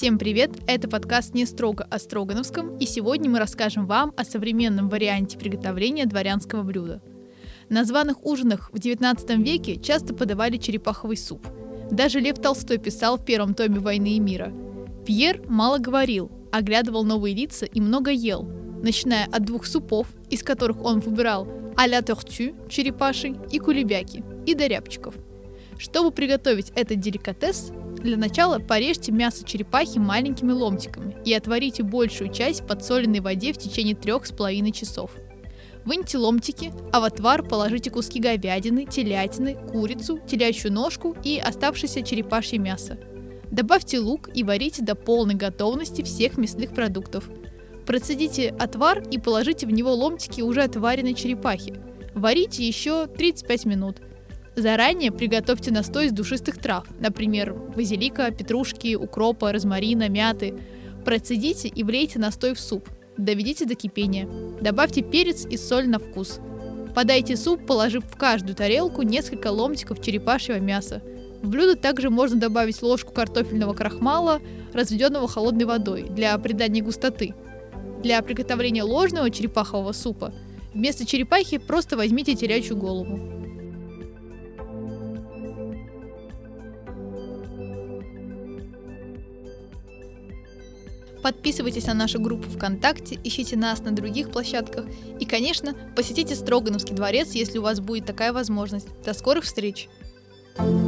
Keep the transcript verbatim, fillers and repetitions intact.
Всем привет! Это подкаст «Не строго о строгановском», и сегодня мы расскажем вам о современном варианте приготовления дворянского блюда. На званых ужинах в девятнадцатом веке часто подавали черепаховый суп. Даже Лев Толстой писал в первом томе «Войны и мира». Пьер мало говорил, оглядывал новые лица и много ел, начиная от двух супов, из которых он выбирал а ля тортю, черепаший, и кулебяки, и до рябчиков. Чтобы приготовить этот деликатес, для начала порежьте мясо черепахи маленькими ломтиками и отварите большую часть в подсоленной воде в течение трех с половиной часов. Выньте ломтики, а в отвар положите куски говядины, телятины, курицу, телячью ножку и оставшееся черепашье мясо. Добавьте лук и варите до полной готовности всех мясных продуктов. Процедите отвар и положите в него ломтики уже отваренной черепахи. Варите еще тридцать пять минут. Заранее приготовьте настой из душистых трав, например, базилика, петрушки, укропа, розмарина, мяты. Процедите и влейте настой в суп. Доведите до кипения. Добавьте перец и соль на вкус. Подайте суп, положив в каждую тарелку несколько ломтиков черепашьего мяса. В блюдо также можно добавить ложку картофельного крахмала, разведенного холодной водой, для придания густоты. Для приготовления ложного черепахового супа вместо черепахи просто возьмите телячью голову. Подписывайтесь на нашу группу ВКонтакте, ищите нас на других площадках и, конечно, посетите Строгановский дворец, если у вас будет такая возможность. До скорых встреч!